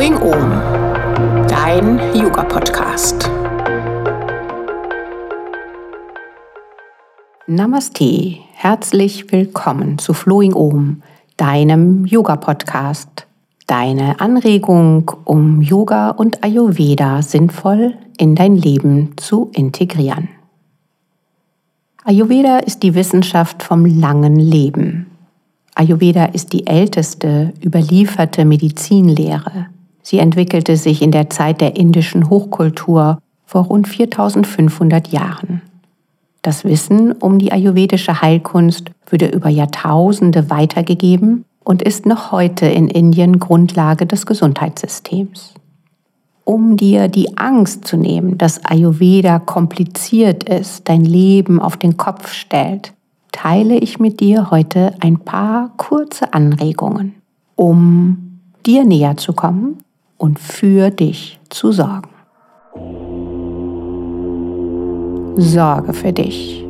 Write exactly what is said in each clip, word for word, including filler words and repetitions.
Flowing Om, dein Yoga-Podcast. Namaste, herzlich willkommen zu Flowing Om, deinem Yoga-Podcast. Deine Anregung, um Yoga und Ayurveda sinnvoll in dein Leben zu integrieren. Ayurveda ist die Wissenschaft vom langen Leben. Ayurveda ist die älteste überlieferte Medizinlehre. Sie entwickelte sich in der Zeit der indischen Hochkultur vor rund viertausendfünfhundert Jahren. Das Wissen um die ayurvedische Heilkunst wurde über Jahrtausende weitergegeben und ist noch heute in Indien Grundlage des Gesundheitssystems. Um dir die Angst zu nehmen, dass Ayurveda kompliziert ist, dein Leben auf den Kopf stellt, teile ich mit dir heute ein paar kurze Anregungen, um dir näher zu kommen und für dich zu sorgen. Sorge für dich.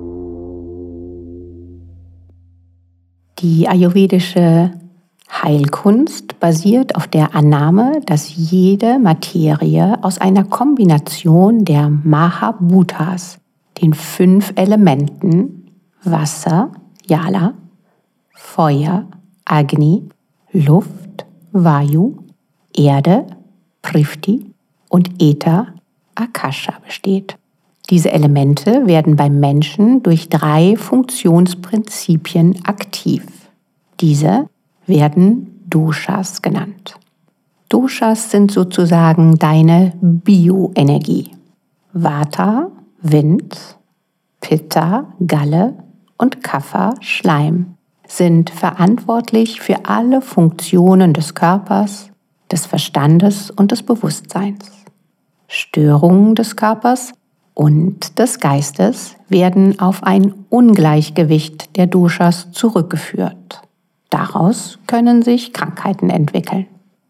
Die ayurvedische Heilkunst basiert auf der Annahme, dass jede Materie aus einer Kombination der Mahabhutas, den fünf Elementen Wasser, Jala, Feuer, Agni, Luft, Vayu, Erde, Prithvi und Äther, Akasha besteht. Diese Elemente werden beim Menschen durch drei Funktionsprinzipien aktiv. Diese werden Doshas genannt. Doshas sind sozusagen deine Bioenergie. Vata, Wind, Pitta, Galle und Kapha, Schleim, sind verantwortlich für alle Funktionen des Körpers, des Verstandes und des Bewusstseins. Störungen des Körpers und des Geistes werden auf ein Ungleichgewicht der Doshas zurückgeführt. Daraus können sich Krankheiten entwickeln.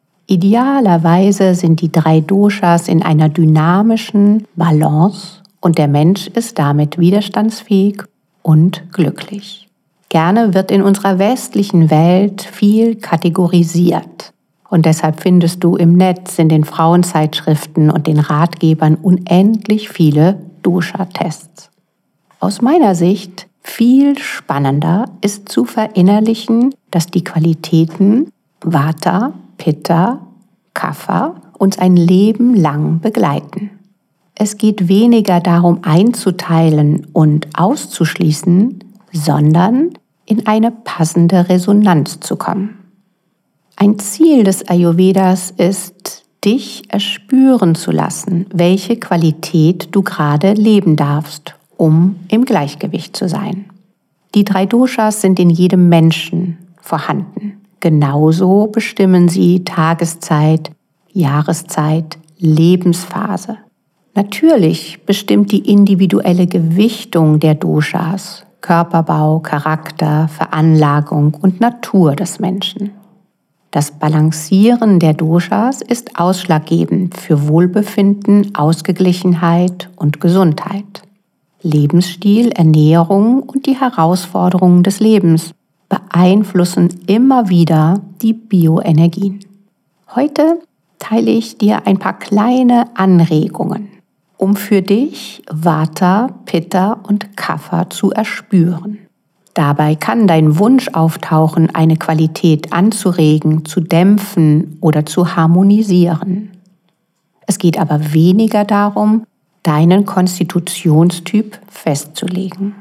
Idealerweise sind die drei Doshas in einer dynamischen Balance und der Mensch ist damit widerstandsfähig und glücklich. Gerne wird in unserer westlichen Welt viel kategorisiert. Und deshalb findest du im Netz, in den Frauenzeitschriften und den Ratgebern unendlich viele Dosha-Tests. Aus meiner Sicht viel spannender ist zu verinnerlichen, dass die Qualitäten Vata, Pitta, Kapha uns ein Leben lang begleiten. Es geht weniger darum einzuteilen und auszuschließen, sondern in eine passende Resonanz zu kommen. Ein Ziel des Ayurvedas ist, dich erspüren zu lassen, welche Qualität du gerade leben darfst, um im Gleichgewicht zu sein. Die drei Doshas sind in jedem Menschen vorhanden. Genauso bestimmen sie Tageszeit, Jahreszeit, Lebensphase. Natürlich bestimmt die individuelle Gewichtung der Doshas, Körperbau, Charakter, Veranlagung und Natur des Menschen. Das Balancieren der Doshas ist ausschlaggebend für Wohlbefinden, Ausgeglichenheit und Gesundheit. Lebensstil, Ernährung und die Herausforderungen des Lebens beeinflussen immer wieder die Bioenergien. Heute teile ich dir ein paar kleine Anregungen, um für dich Vata, Pitta und Kapha zu erspüren. Dabei kann dein Wunsch auftauchen, eine Qualität anzuregen, zu dämpfen oder zu harmonisieren. Es geht aber weniger darum, deinen Konstitutionstyp festzulegen.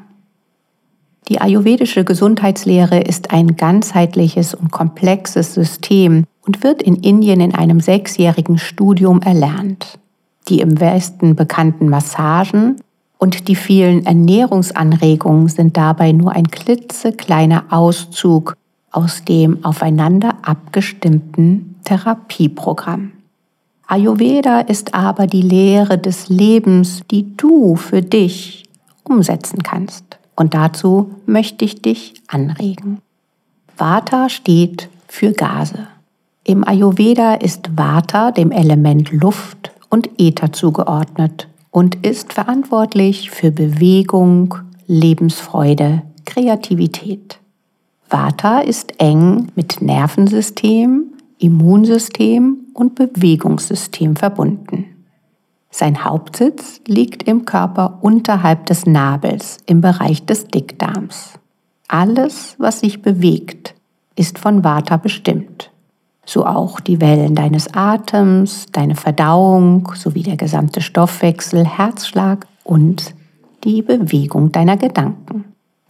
Die ayurvedische Gesundheitslehre ist ein ganzheitliches und komplexes System und wird in Indien in einem sechsjährigen Studium erlernt. Die im Westen bekannten Massagen und die vielen Ernährungsanregungen sind dabei nur ein klitzekleiner Auszug aus dem aufeinander abgestimmten Therapieprogramm. Ayurveda ist aber die Lehre des Lebens, die du für dich umsetzen kannst. Und dazu möchte ich dich anregen. Vata steht für Gase. Im Ayurveda ist Vata dem Element Luft und Äther zugeordnet und ist verantwortlich für Bewegung, Lebensfreude, Kreativität. Vata ist eng mit Nervensystem, Immunsystem und Bewegungssystem verbunden. Sein Hauptsitz liegt im Körper unterhalb des Nabels im Bereich des Dickdarms. Alles, was sich bewegt, ist von Vata bestimmt. So auch die Wellen deines Atems, deine Verdauung sowie der gesamte Stoffwechsel, Herzschlag und die Bewegung deiner Gedanken.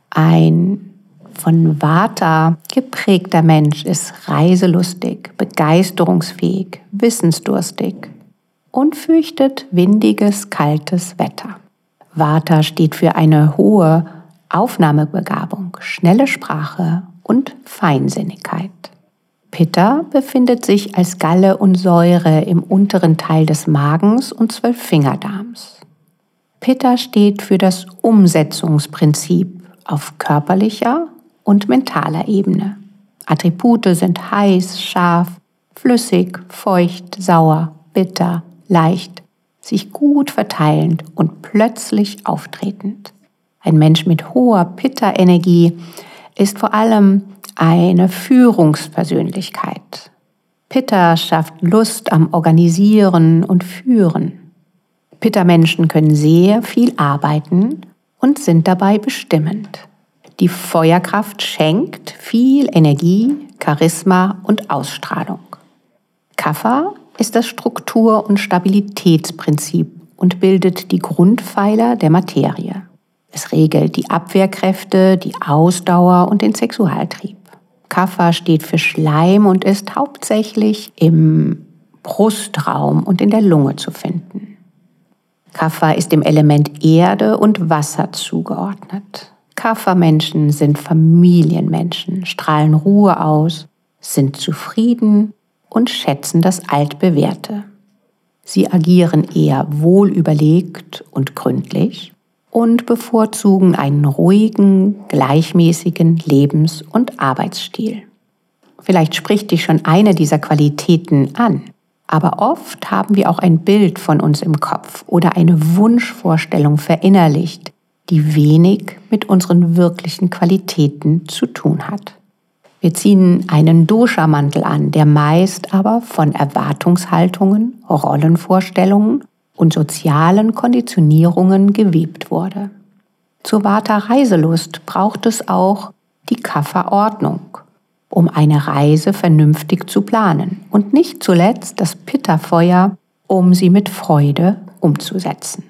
Ein von Vata geprägter Mensch ist reiselustig, begeisterungsfähig, wissensdurstig und fürchtet windiges, kaltes Wetter. Vata steht für eine hohe Aufnahmebegabung, schnelle Sprache und Feinsinnigkeit. Pitta befindet sich als Galle und Säure im unteren Teil des Magens und Zwölffingerdarms. Pitta steht für das Umsetzungsprinzip auf körperlicher und mentaler Ebene. Attribute sind heiß, scharf, flüssig, feucht, sauer, bitter, leicht, sich gut verteilend und plötzlich auftretend. Ein Mensch mit hoher Pitta-Energie ist vor allem eine Führungspersönlichkeit. Pitta schafft Lust am Organisieren und Führen. Pitta-Menschen können sehr viel arbeiten und sind dabei bestimmend. Die Feuerkraft schenkt viel Energie, Charisma und Ausstrahlung. Kapha ist das Struktur- und Stabilitätsprinzip und bildet die Grundpfeiler der Materie. Es regelt die Abwehrkräfte, die Ausdauer und den Sexualtrieb. Kapha steht für Schleim und ist hauptsächlich im Brustraum und in der Lunge zu finden. Kapha ist dem Element Erde und Wasser zugeordnet. Kapha-Menschen sind Familienmenschen, strahlen Ruhe aus, sind zufrieden und schätzen das Altbewährte. Sie agieren eher wohlüberlegt und gründlich und bevorzugen einen ruhigen, gleichmäßigen Lebens- und Arbeitsstil. Vielleicht spricht dich schon eine dieser Qualitäten an, aber oft haben wir auch ein Bild von uns im Kopf oder eine Wunschvorstellung verinnerlicht, die wenig mit unseren wirklichen Qualitäten zu tun hat. Wir ziehen einen Dosha-Mantel an, der meist aber von Erwartungshaltungen, Rollenvorstellungen und sozialen Konditionierungen gewebt wurde. Zur Vata-Reiselust braucht es auch die Kapha-Ordnung, um eine Reise vernünftig zu planen und nicht zuletzt das Pitta-Feuer, um sie mit Freude umzusetzen.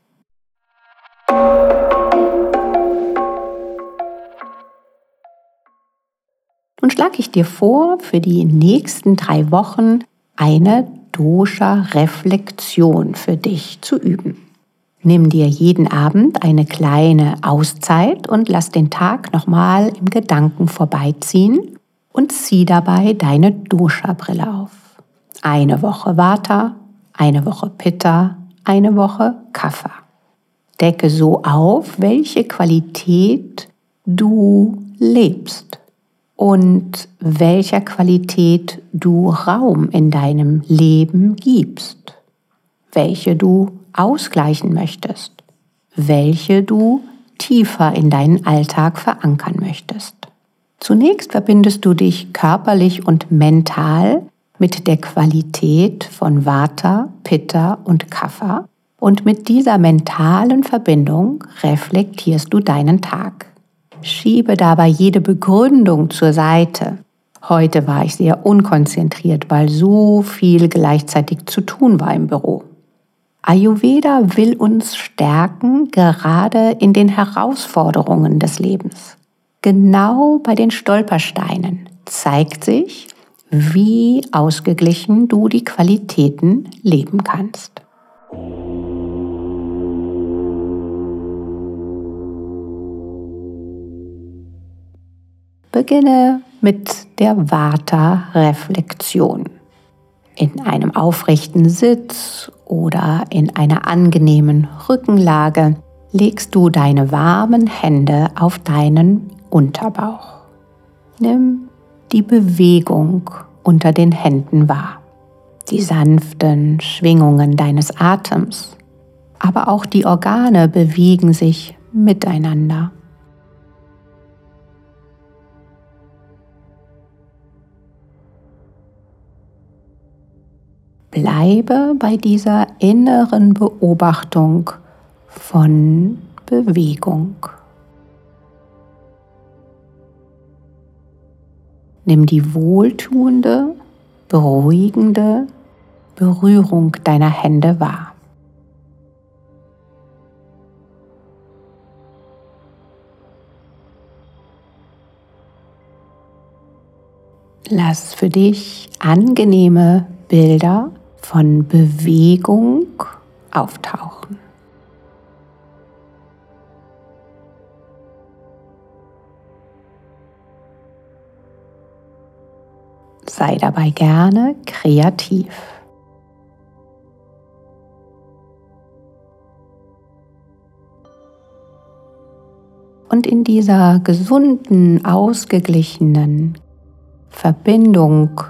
Nun schlage ich dir vor, für die nächsten drei Wochen eine Dosha-Reflexion für dich zu üben. Nimm dir jeden Abend eine kleine Auszeit und lass den Tag nochmal im Gedanken vorbeiziehen und zieh dabei deine Dosha-Brille auf. Eine Woche Vata, eine Woche Pitta, eine Woche Kapha. Decke so auf, welche Qualität du lebst und welcher Qualität du Raum in deinem Leben gibst, welche du ausgleichen möchtest, welche du tiefer in deinen Alltag verankern möchtest. Zunächst verbindest du dich körperlich und mental mit der Qualität von Vata, Pitta und Kapha und mit dieser mentalen Verbindung reflektierst du deinen Tag. Schiebe dabei jede Begründung zur Seite. Heute war ich sehr unkonzentriert, weil so viel gleichzeitig zu tun war im Büro. Ayurveda will uns stärken, gerade in den Herausforderungen des Lebens. Genau bei den Stolpersteinen zeigt sich, wie ausgeglichen du die Qualitäten leben kannst. Beginne mit der Vata-Reflexion. In einem aufrechten Sitz oder in einer angenehmen Rückenlage legst du deine warmen Hände auf deinen Unterbauch. Nimm die Bewegung unter den Händen wahr, die sanften Schwingungen deines Atems, aber auch die Organe bewegen sich miteinander. bleibe bei dieser inneren Beobachtung von Bewegung. Nimm die wohltuende, beruhigende Berührung deiner Hände wahr. Lass für dich angenehme Bilder von Bewegung auftauchen. Sei dabei gerne kreativ. Und in dieser gesunden, ausgeglichenen Verbindung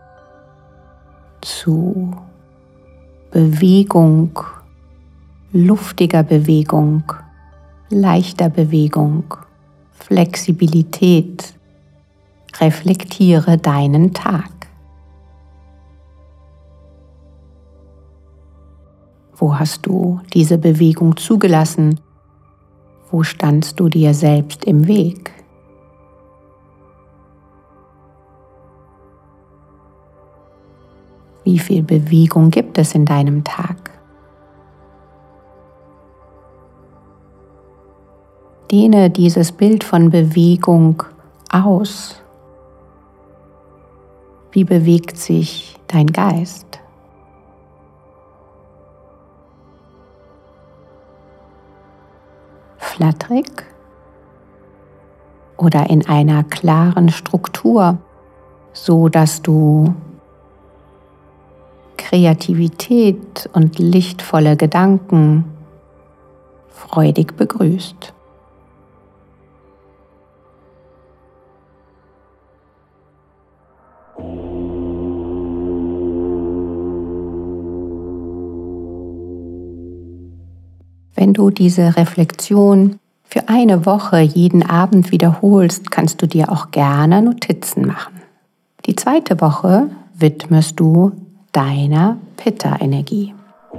zu Bewegung, luftiger Bewegung, leichter Bewegung, Flexibilität, reflektiere deinen Tag. Wo hast du diese Bewegung zugelassen? Wo standst du dir selbst im Weg? Wie viel Bewegung gibt es in deinem Tag? Dehne dieses Bild von Bewegung aus. Wie bewegt sich dein Geist? Flatterig oder in einer klaren Struktur, so dass du Kreativität und lichtvolle Gedanken freudig begrüßt. Wenn du diese Reflexion für eine Woche jeden Abend wiederholst, kannst du dir auch gerne Notizen machen. Die zweite Woche widmest du deiner Pitta-Energie.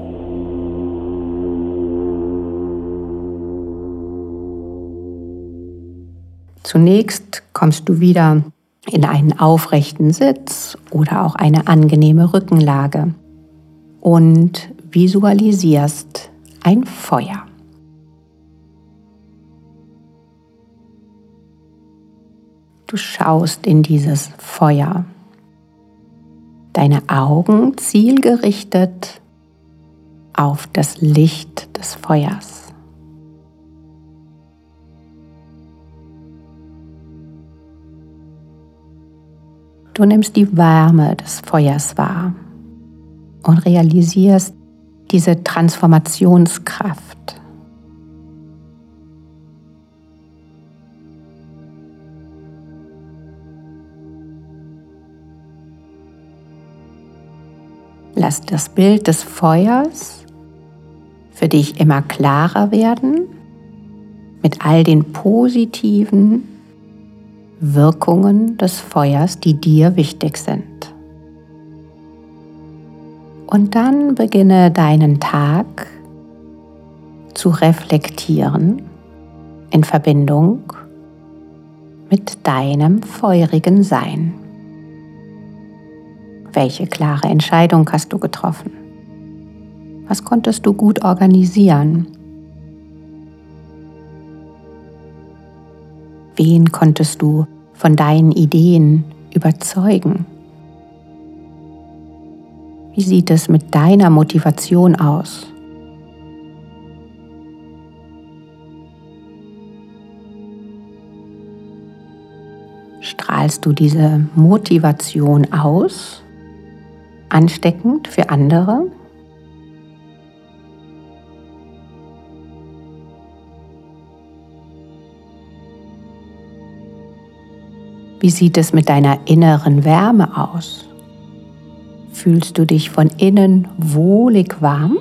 Zunächst kommst du wieder in einen aufrechten Sitz oder auch eine angenehme Rückenlage und visualisierst ein Feuer. Du schaust in dieses Feuer. Deine Augen zielgerichtet auf das Licht des Feuers. Du nimmst die Wärme des Feuers wahr und realisierst diese Transformationskraft. Lass das Bild des Feuers für dich immer klarer werden mit all den positiven Wirkungen des Feuers, die dir wichtig sind. Und dann beginne deinen Tag zu reflektieren in Verbindung mit deinem feurigen Sein. Welche klare Entscheidung hast du getroffen? Was konntest du gut organisieren? Wen konntest du von deinen Ideen überzeugen? Wie sieht es mit deiner Motivation aus? Strahlst du diese Motivation aus? Ansteckend für andere? Wie sieht es mit deiner inneren Wärme aus? Fühlst du dich von innen wohlig warm?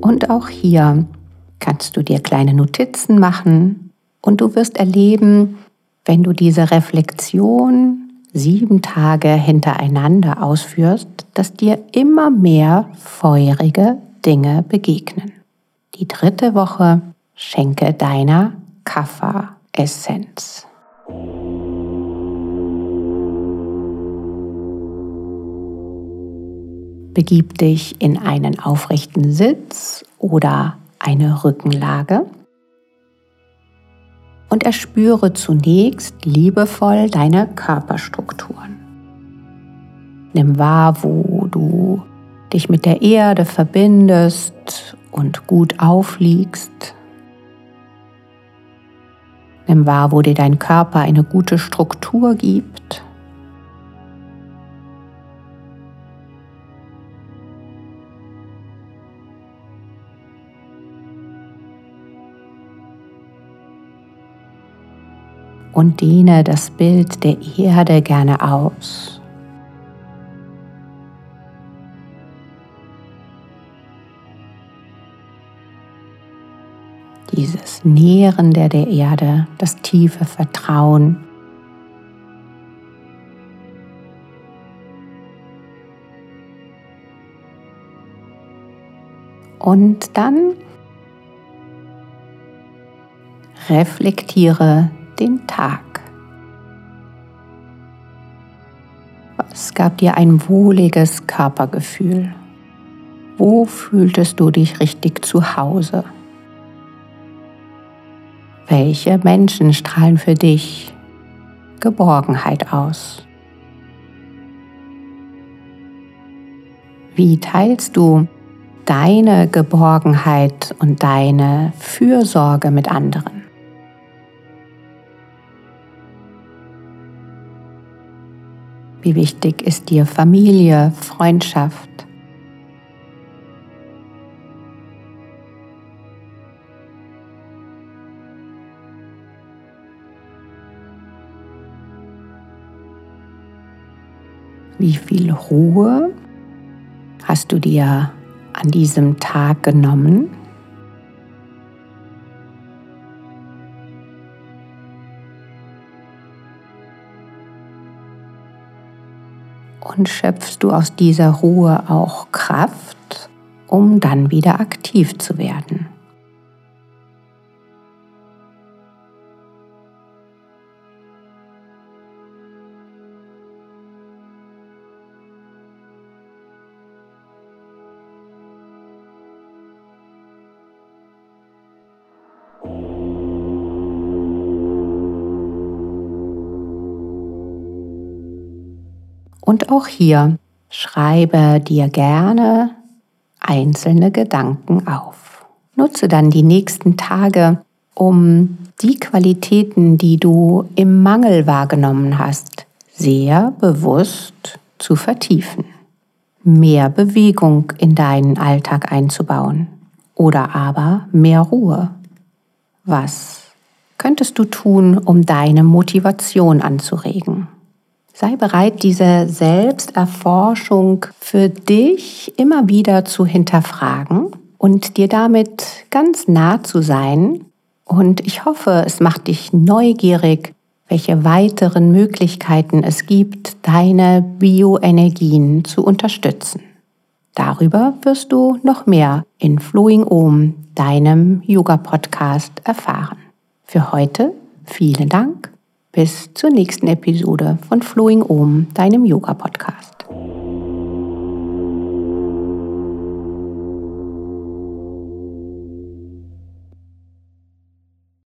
Und auch hier kannst du dir kleine Notizen machen und du wirst erleben, wenn du diese Reflexion sieben Tage hintereinander ausführst, dass dir immer mehr feurige Dinge begegnen. Die dritte Woche schenke deiner Kapha-Essenz. Begib dich in einen aufrechten Sitz oder eine Rückenlage und erspüre zunächst liebevoll deine Körperstrukturen. Nimm wahr, wo du dich mit der Erde verbindest und gut aufliegst. Nimm wahr, wo dir dein Körper eine gute Struktur gibt. Und dehne das Bild der Erde gerne aus. Dieses Nährende der Erde, das tiefe Vertrauen. Und dann reflektiere den Tag. Was gab dir ein wohliges Körpergefühl? Wo fühltest du dich richtig zu Hause? Welche Menschen strahlen für dich Geborgenheit aus? Wie teilst du deine Geborgenheit und deine Fürsorge mit anderen? Wie wichtig ist dir Familie, Freundschaft? Wie viel Ruhe hast du dir an diesem Tag genommen? Und schöpfst du aus dieser Ruhe auch Kraft, um dann wieder aktiv zu werden? Und auch hier schreibe dir gerne einzelne Gedanken auf. Nutze dann die nächsten Tage, um die Qualitäten, die du im Mangel wahrgenommen hast, sehr bewusst zu vertiefen. Mehr Bewegung in deinen Alltag einzubauen oder aber mehr Ruhe. Was könntest du tun, um deine Motivation anzuregen? Sei bereit, diese Selbsterforschung für dich immer wieder zu hinterfragen und dir damit ganz nah zu sein. Und ich hoffe, es macht dich neugierig, welche weiteren Möglichkeiten es gibt, deine Bioenergien zu unterstützen. Darüber wirst du noch mehr in Flowing Om, deinem Yoga-Podcast, erfahren. Für heute vielen Dank. Bis zur nächsten Episode von Flowing Om, deinem Yoga-Podcast.